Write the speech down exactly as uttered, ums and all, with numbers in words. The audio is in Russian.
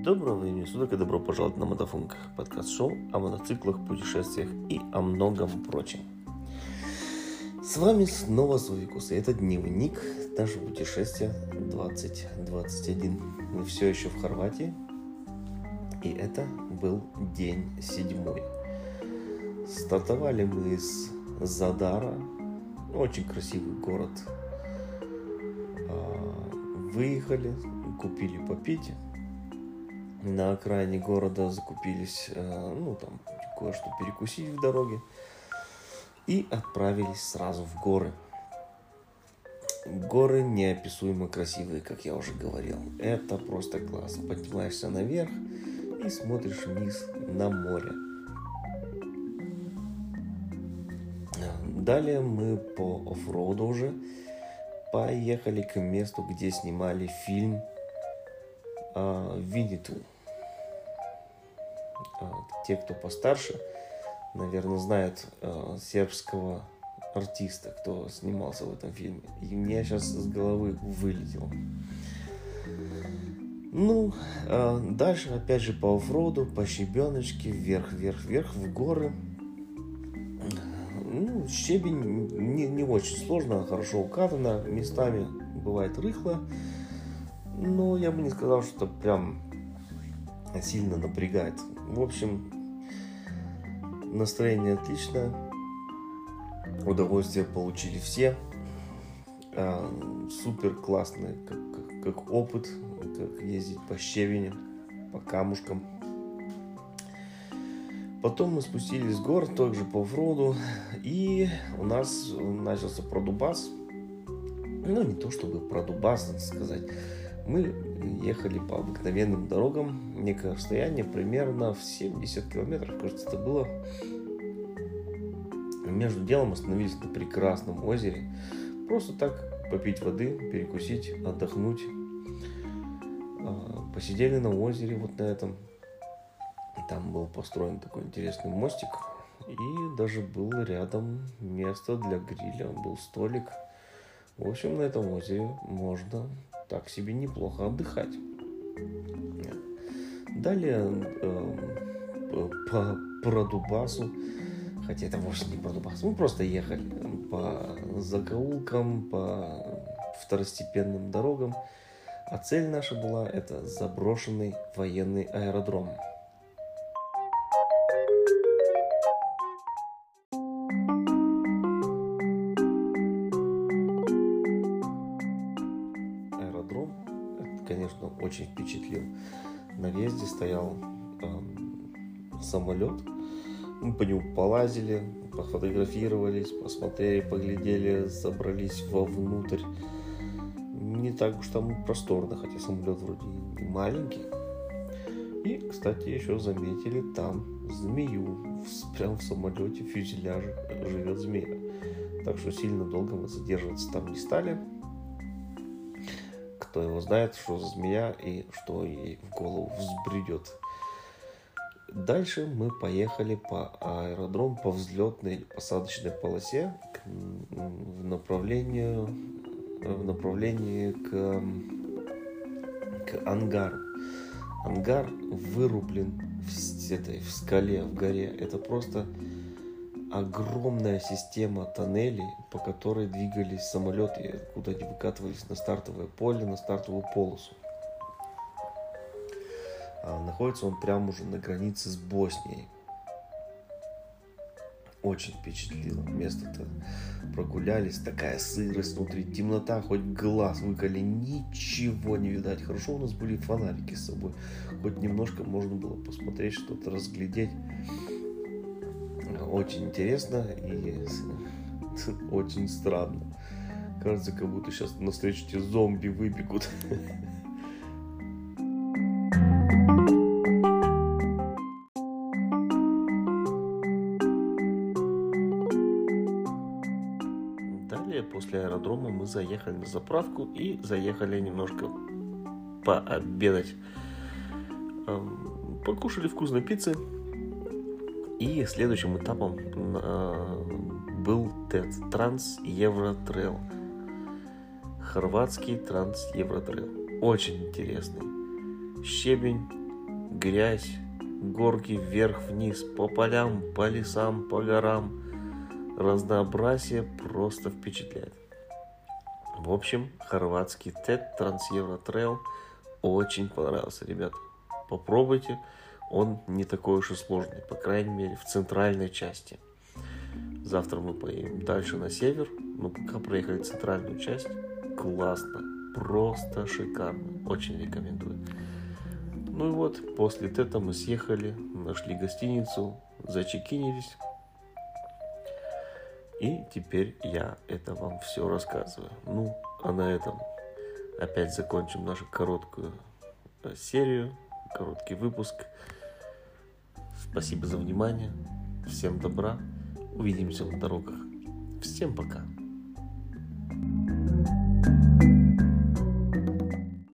Доброго времени суток и добро пожаловать на Мотофонк, подкаст-шоу о мотоциклах, путешествиях и о многом прочем. С вами снова Сувикус, и это дневник нашего путешествия двадцать двадцать один. Мы все еще в Хорватии, и это был день седьмой. Стартовали мы из Задара, очень красивый город. Выехали, купили попить. На окраине города закупились, ну там, кое-что перекусить в дороге. И отправились сразу в горы. Горы неописуемо красивые, как я уже говорил. Это просто класс. Поднимаешься наверх и смотришь вниз на море. Далее мы по оффроуду уже поехали к месту, где снимали фильм «Винниту». Те, кто постарше, наверное, знают э, сербского артиста, кто снимался в этом фильме. И мне сейчас с головы вылетело. Ну, э, дальше опять же по оффроуду, по щебеночке, вверх, вверх, вверх, в горы. Ну, щебень не, не очень сложно, хорошо укатано, местами бывает рыхло. Но я бы не сказал, что прям сильно напрягает. В общем, настроение отличное, удовольствие получили все, а, супер классный, как, как, как опыт, как ездить по щебени, по камушкам. Потом мы спустились с гор, также по оффроуду, и у нас начался продубас. Ну, не то чтобы продубас, надо сказать. Мы ехали по обыкновенным дорогам, некое расстояние примерно в семьдесят километров, кажется, это было. Между делом остановились на прекрасном озере. Просто так попить воды, перекусить, отдохнуть. Посидели на озере вот на этом. Там был построен такой интересный мостик. И даже было рядом место для гриля, был столик. В общем, на этом озере можно так себе неплохо отдыхать. Далее э, по Продубасу, хотя это вовсе не Продубас, мы просто ехали по закоулкам, по второстепенным дорогам, а цель наша была это заброшенный военный аэродром. Конечно, очень впечатлил. На въезде стоял э, самолет. Мы по нему полазили, пофотографировались, посмотрели, поглядели, забрались вовнутрь. Не так уж там просторно, хотя самолет вроде не маленький. И, кстати, еще заметили там змею. Прямо в самолете, в фюзеляже живет змея. Так что сильно долго мы задерживаться там не стали. Кто его знает, что за змея и что ей в голову взбредет. Дальше мы поехали по аэродрому, по взлетной или посадочной полосе к, в направлении, в направлении к, к ангару. Ангар вырублен в, этой, в скале, в горе. Это просто огромная система тоннелей, по которой двигались самолеты, куда они выкатывались на стартовое поле, на стартовую полосу. А находится он прямо уже на границе с Боснией. Очень впечатлило. Место-то прогулялись, такая сырость внутри, темнота, хоть глаз выколи, ничего не видать. Хорошо у нас были фонарики с собой, хоть немножко можно было посмотреть, что-то разглядеть. Очень интересно и очень странно. Кажется, как будто сейчас навстречу тебе зомби выбегут. Далее, после аэродрома, мы заехали на заправку и заехали немножко пообедать. Покушали вкусной пиццы. И следующим этапом э, был ТЭЦ, Транс-Евротрейл. Хорватский Транс-Евротрейл. Очень интересный. Щебень, грязь, горки вверх-вниз, по полям, по лесам, по горам. Разнообразие просто впечатляет. В общем, хорватский ТЭД Трансевро Трейл очень понравился, ребята. Попробуйте, он не такой уж и сложный, по крайней мере, в центральной части. Завтра мы поедем дальше на север, но пока проехали центральную часть, классно, просто шикарно, очень рекомендую. Ну и вот, после ТЭТа мы съехали, нашли гостиницу, зачекинились. И теперь я это вам все рассказываю. Ну, а на этом опять закончим нашу короткую серию, короткий выпуск. Спасибо за внимание. Всем добра. Увидимся на дорогах. Всем пока.